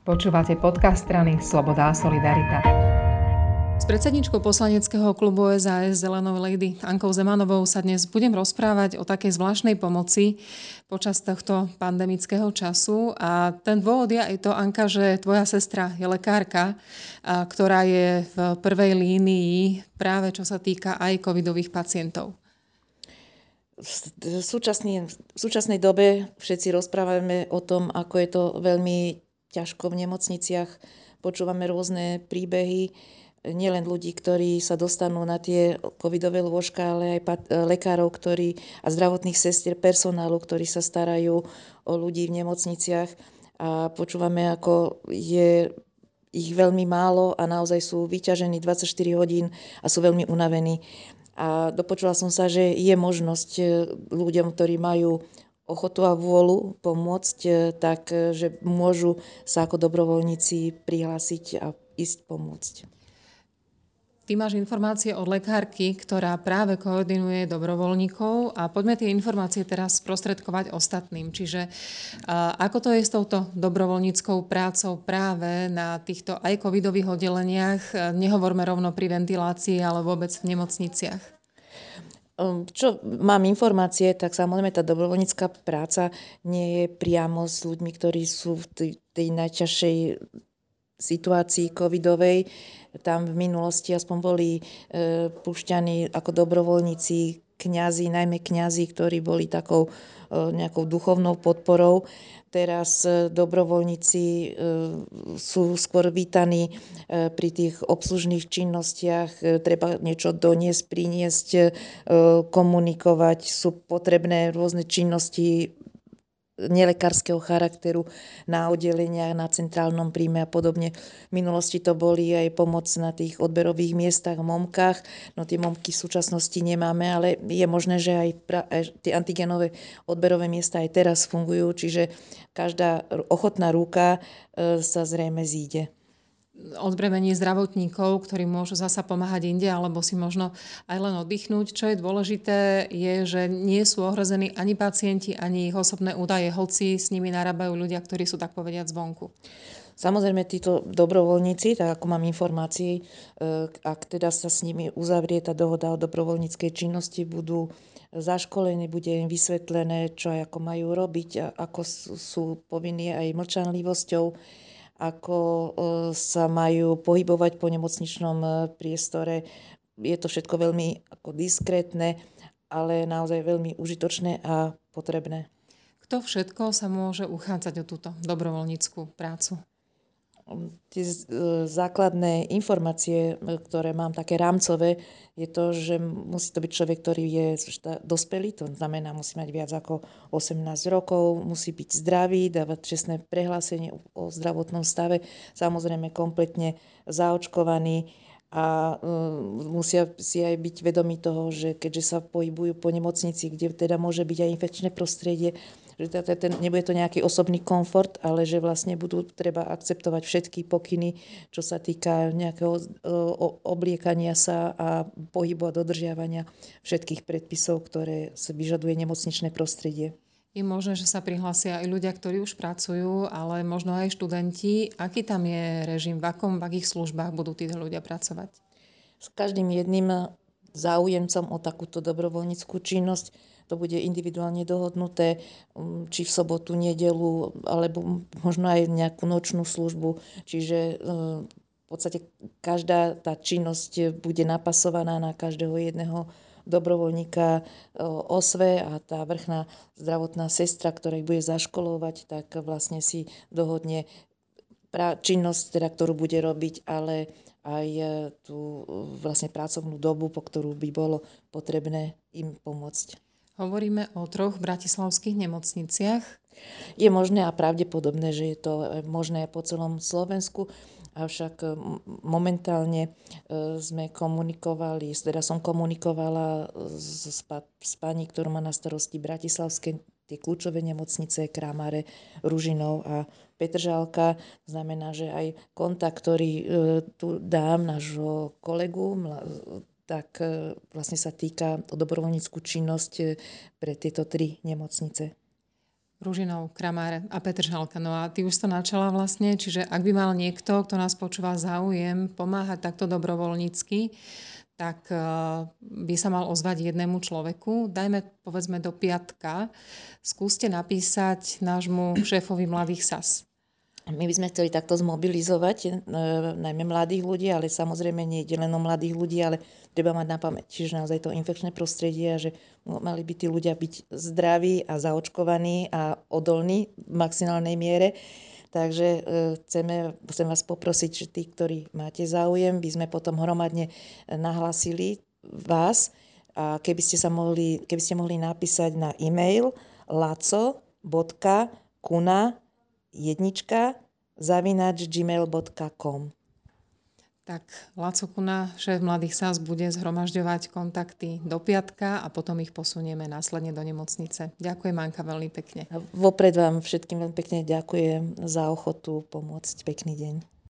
Počúvate podcast strany Sloboda a Solidarita. S predsedničkou poslaneckého klubu SAS Zelenou lady Ankou Zemanovou sa dnes budem rozprávať o takej zvláštnej pomoci počas tohto pandemického času. A ten dôvod je aj to, Anka, že tvoja sestra je lekárka, ktorá je v prvej línii práve čo sa týka aj covidových pacientov. V súčasnej dobe všetci rozprávame o tom, ako je to veľmi ťažko v nemocniciach. Počúvame rôzne príbehy, nielen ľudí, ktorí sa dostanú na tie covidové lôžka, ale aj lekárov, a zdravotných sestier, personálu, ktorí sa starajú o ľudí v nemocniciach. A počúvame, ako je ich veľmi málo a naozaj sú vyťažení 24 hodín a sú veľmi unavení. A dopočula som sa, že je možnosť ľuďom, ktorí majú ochotu a vôľu pomôcť, tak že môžu sa ako dobrovoľníci prihlásiť a ísť pomôcť. Ty máš informácie od lekárky, ktorá práve koordinuje dobrovoľníkov, a poďme tie informácie teraz sprostredkovať ostatným. Čiže ako to je s touto dobrovoľníckou prácou práve na týchto aj covidových oddeleniach? Nehovorme rovno pri ventilácii, ale vôbec v nemocniciach. Čo mám informácie, tak samozrejme tá dobrovoľnícka práca nie je priamo s ľuďmi, ktorí sú v tej najťažšej situácii covidovej. Tam v minulosti aspoň boli púšťaní ako dobrovoľníci kňazi, najmä kňazi, ktorí boli takou nejakou duchovnou podporou. Teraz dobrovoľníci sú skôr vítaní pri tých obslužných činnostiach. Treba niečo doniesť, priniesť, komunikovať. Sú potrebné rôzne činnosti nelekárskeho charakteru na oddeleniach, na centrálnom príjme a podobne. V minulosti to boli aj pomoc na tých odberových miestach, momkách. No tie momky v súčasnosti nemáme, ale je možné, že aj tie antigenové odberové miesta aj teraz fungujú, čiže každá ochotná ruka sa zrejme zíde. Odbremenie zdravotníkov, ktorí môžu zasa pomáhať inde, alebo si možno aj len oddychnúť. Čo je dôležité, je, že nie sú ohrození ani pacienti, ani ich osobné údaje, hoci s nimi narábajú ľudia, ktorí sú tak povediať zvonku. Samozrejme, títo dobrovoľníci, tak ako mám informácie, ak teda sa s nimi uzavrie tá dohoda o dobrovoľníckej činnosti, budú zaškolení, bude im vysvetlené, čo aj ako majú robiť, a ako sú povinní aj mlčanlivosťou, ako sa majú pohybovať po nemocničnom priestore. Je to všetko veľmi ako diskrétne, ale naozaj veľmi užitočné a potrebné. Kto všetko sa môže uchádzať o túto dobrovoľníckú prácu? Tie základné informácie, ktoré mám, také rámcové, je to, že musí to byť človek, ktorý je dospelý, to znamená, musí mať viac ako 18 rokov, musí byť zdravý, dávať čestné prehlásenie o zdravotnom stave, samozrejme kompletne zaočkovaný, a musia si aj byť vedomí toho, že keďže sa pohybujú po nemocnici, kde teda môže byť aj infekčné prostredie, že nebude to nejaký osobný komfort, ale že vlastne budú treba akceptovať všetky pokyny, čo sa týka nejakého obliekania sa a pohybu a dodržiavania všetkých predpisov, ktoré sa vyžaduje nemocničné prostredie. Je možné, že sa prihlásia aj ľudia, ktorí už pracujú, ale možno aj študenti. Aký tam je režim? V akých službách budú títo ľudia pracovať? S každým jedným záujemcom o takúto dobrovoľníckú činnosť to bude individuálne dohodnuté, či v sobotu, nedeľu, alebo možno aj nejakú nočnú službu. Čiže v podstate každá tá činnosť bude napasovaná na každého jedného dobrovoľníka OSVE, a tá vrchná zdravotná sestra, ktorá ich bude zaškolovať, tak vlastne si dohodne činnosť, teda, ktorú bude robiť, ale aj tú vlastne pracovnú dobu, po ktorú by bolo potrebné im pomôcť. Hovoríme o 3 bratislavských nemocniciach. Je možné a pravdepodobné, že je to možné po celom Slovensku. Avšak momentálne sme komunikovali, teda som komunikovala s pani, ktorú má na starosti bratislavské tie kľúčové nemocnice, Kramare, Ružinov a Petržalka. Znamená, že aj kontakt, ktorý tu dám nášho kolegu, tak vlastne sa týka o dobrovoľníckú činnosť pre tieto 3 nemocnice. Ružinov, Kramár a Petržalka. No a ty už to načala vlastne, čiže ak by mal niekto, kto nás počúva, záujem pomáhať takto dobrovoľnícky, tak by sa mal ozvať jednému človeku. Dajme povedzme do piatka. Skúste napísať nášmu šéfovi Mladých SAS. My by sme chceli takto zmobilizovať najmä mladých ľudí, ale samozrejme nie len o mladých ľudí, ale treba mať na pamäti, že naozaj to infekčné prostredie a že mali by tí ľudia byť zdraví a zaočkovaní a odolní v maximálnej miere. Takže chcem vás poprosiť, že tí, ktorí máte záujem, by sme potom hromadne nahlasili vás. A keby ste mohli napísať na e-mail laco.kuna@gmail.com. Tak Laco Kuna, šéf Mladých SAS, bude zhromažďovať kontakty do piatka a potom ich posunieme následne do nemocnice. Ďakujem, Anka, veľmi pekne. A vopred vám všetkým veľmi pekne ďakujem za ochotu pomôcť. Pekný deň.